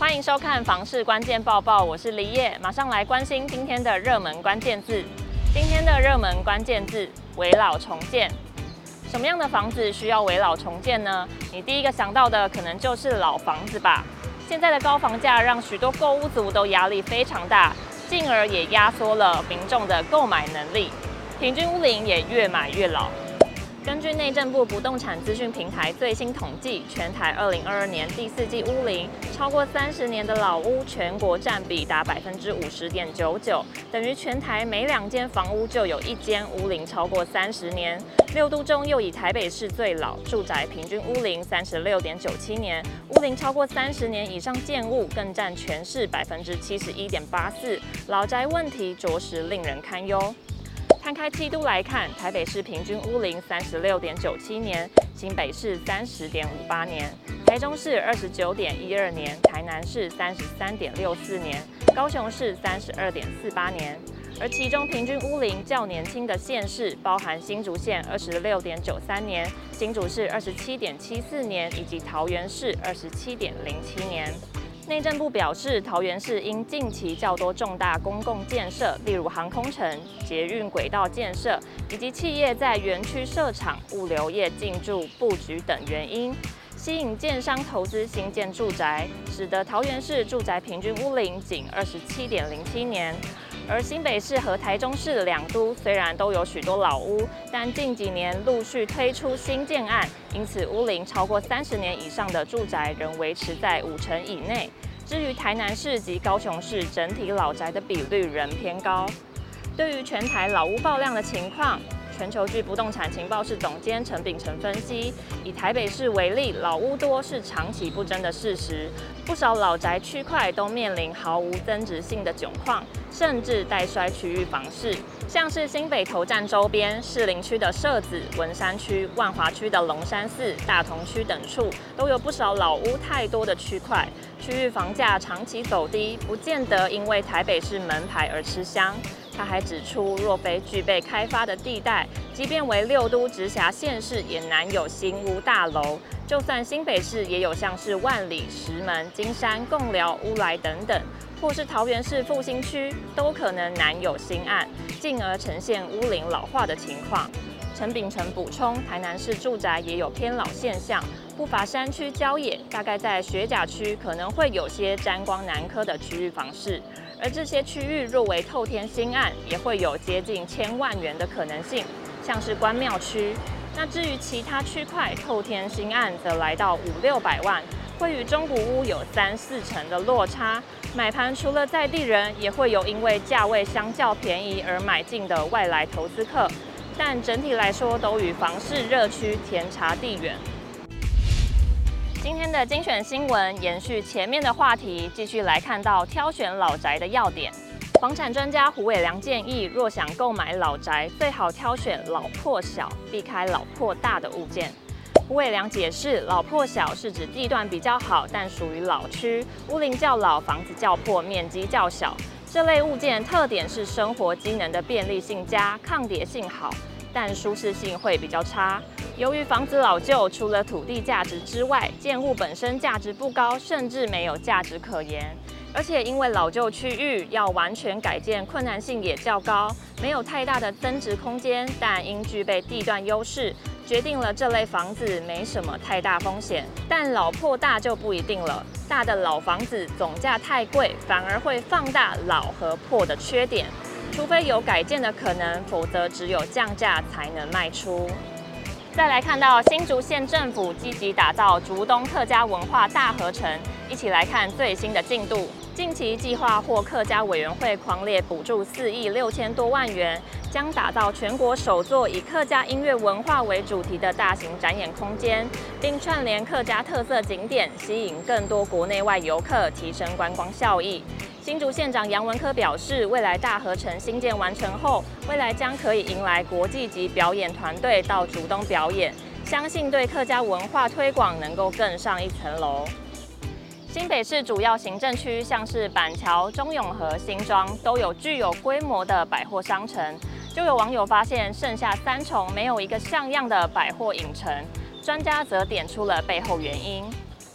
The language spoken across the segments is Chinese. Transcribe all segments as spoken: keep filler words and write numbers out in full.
欢迎收看房市关键报报，我是黎叶，马上来关心今天的热门关键字。今天的热门关键字：危老重建。什么样的房子需要危老重建呢？你第一个想到的可能就是老房子吧。现在的高房价让许多购屋族都压力非常大，进而也压缩了民众的购买能力，平均屋龄也越买越老。根据内政部不动产资讯平台最新统计，全台二零二二年第四季屋龄超过三十年的老屋，全国占比达百分之五十点九九，等于全台每两间房屋就有一间屋龄超过三十年。六都中又以台北市最老，住宅平均屋龄三十六点九七年，屋龄超过三十年以上建物更占全市百分之七十一点八四，老宅问题着实令人堪忧。摊开七都来看，台北市平均屋龄三十六点九七年，新北市三十点五八年，台中市二十九点一二年，台南市三十三点六四年，高雄市三十二点四八年。而其中平均屋龄较年轻的县市，包含新竹县二十六点九三年，新竹市二十七点七四年，以及桃园市二十七点零七年。内政部表示，桃园市因近期较多重大公共建设，例如航空城、捷运轨道建设，以及企业在园区设厂、物流业进驻布局等原因，吸引建商投资新建住宅，使得桃园市住宅平均屋龄仅二十七点零七年。而新北市和台中市两都虽然都有许多老屋，但近几年陆续推出新建案，因此屋龄超过三十年以上的住宅仍维持在五成以内。至于台南市及高雄市整体老宅的比率仍偏高。对于全台老屋爆量的情况，全球居不动产情报室总监陈秉承分析，以台北市为例，老屋多是长期不争的事实，不少老宅区块都面临毫无增值性的窘况，甚至待衰区域房市。像是新北投站周边、士林区的社子、文山区、万华区的龙山寺、大同区等处，都有不少老屋太多的区块，区域房价长期走低，不见得因为台北市门牌而吃香。他还指出，若非具备开发的地带，即便为六都直辖县市，也难有新屋大楼。就算新北市也有像是万里、石门、金山、贡寮、乌来等等，或是桃园市复兴区，都可能难有新案，进而呈现屋龄老化的情况。陈秉承补充，台南市住宅也有偏老现象，不乏山区郊野，大概在学甲区可能会有些沾光南科的区域房市。而这些区域若为透天新案，也会有接近千万元的可能性，像是关庙区。那至于其他区块，透天新案则来到五六百万，会与中古屋有三四成的落差。买盘除了在地人，也会有因为价位相较便宜而买进的外来投资客，但整体来说都与房市热区天差地远。今天的精选新闻延续前面的话题，继续来看到挑选老宅的要点。房产专家胡伟良建议，若想购买老宅，最好挑选老破小，避开老破大的物件。胡伟良解释，老破小是指地段比较好，但属于老区，屋龄较老，房子较破，面积较小。这类物件特点是生活机能的便利性佳，抗跌性好，但舒适性会比较差。由于房子老旧，除了土地价值之外，建物本身价值不高，甚至没有价值可言。而且因为老旧区域要完全改建困难性也较高，没有太大的增值空间，但因具备地段优势，决定了这类房子没什么太大风险。但老破大就不一定了，大的老房子总价太贵，反而会放大老和破的缺点。除非有改建的可能，否则只有降价才能卖出。再来看到新竹县政府积极打造竹东客家文化大合城，一起来看最新的进度。近期计划获客家委员会匡列补助四亿六千多万元，将打造全国首座以客家音乐文化为主题的大型展演空间，并串联客家特色景点，吸引更多国内外游客，提升观光效益。新竹县长杨文科表示，未来大合城新建完成后，未来将可以迎来国际级表演团队到竹东表演，相信对客家文化推广能够更上一层楼。新北市主要行政区，像是板桥、中永和、新庄，都有具有规模的百货商城。就有网友发现，剩下三重没有一个像样的百货影城。专家则点出了背后原因。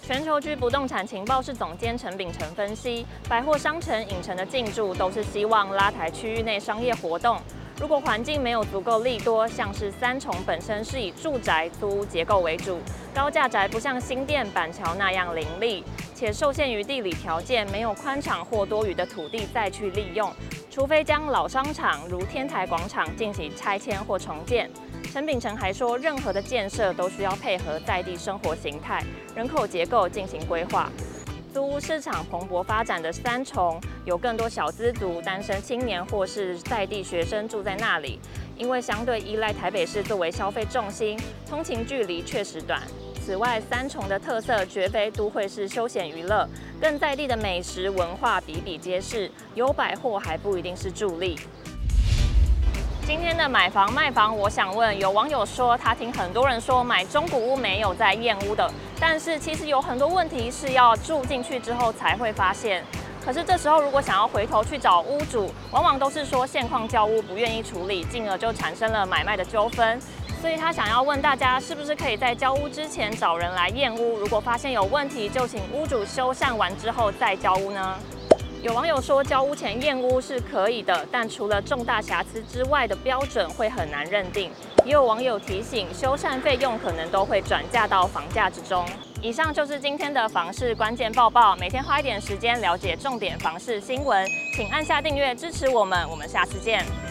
全球居不动产情报室总监陈秉承分析，百货商城、影城的进驻都是希望拉抬区域内商业活动。如果环境没有足够利多，像是三重本身是以住宅租屋结构为主，高价宅不像新店、板桥那样林立，且受限于地理条件，没有宽敞或多余的土地再去利用，除非将老商场如天台广场进行拆迁或重建。陈秉承还说，任何的建设都需要配合在地生活形态、人口结构进行规划。租屋市场蓬勃发展的三重，有更多小资族、单身青年或是在地学生住在那里，因为相对依赖台北市作为消费重心，通勤距离确实短。此外，三重的特色绝非都会式休闲娱乐，更在地的美食文化比比皆是，有百货还不一定是助力。今天的买房卖房，我想问，有网友说他听很多人说买中古屋没有在验屋的，但是其实有很多问题是要住进去之后才会发现。可是这时候如果想要回头去找屋主，往往都是说现况交屋不愿意处理，进而就产生了买卖的纠纷。所以他想要问大家，是不是可以在交屋之前找人来验屋？如果发现有问题，就请屋主修缮完之后再交屋呢？有网友说，交屋前验屋是可以的，但除了重大瑕疵之外的标准会很难认定。也有网友提醒，修缮费用可能都会转嫁到房价之中。以上就是今天的房市关键报报，每天花一点时间了解重点房市新闻，请按下订阅支持我们，我们下次见。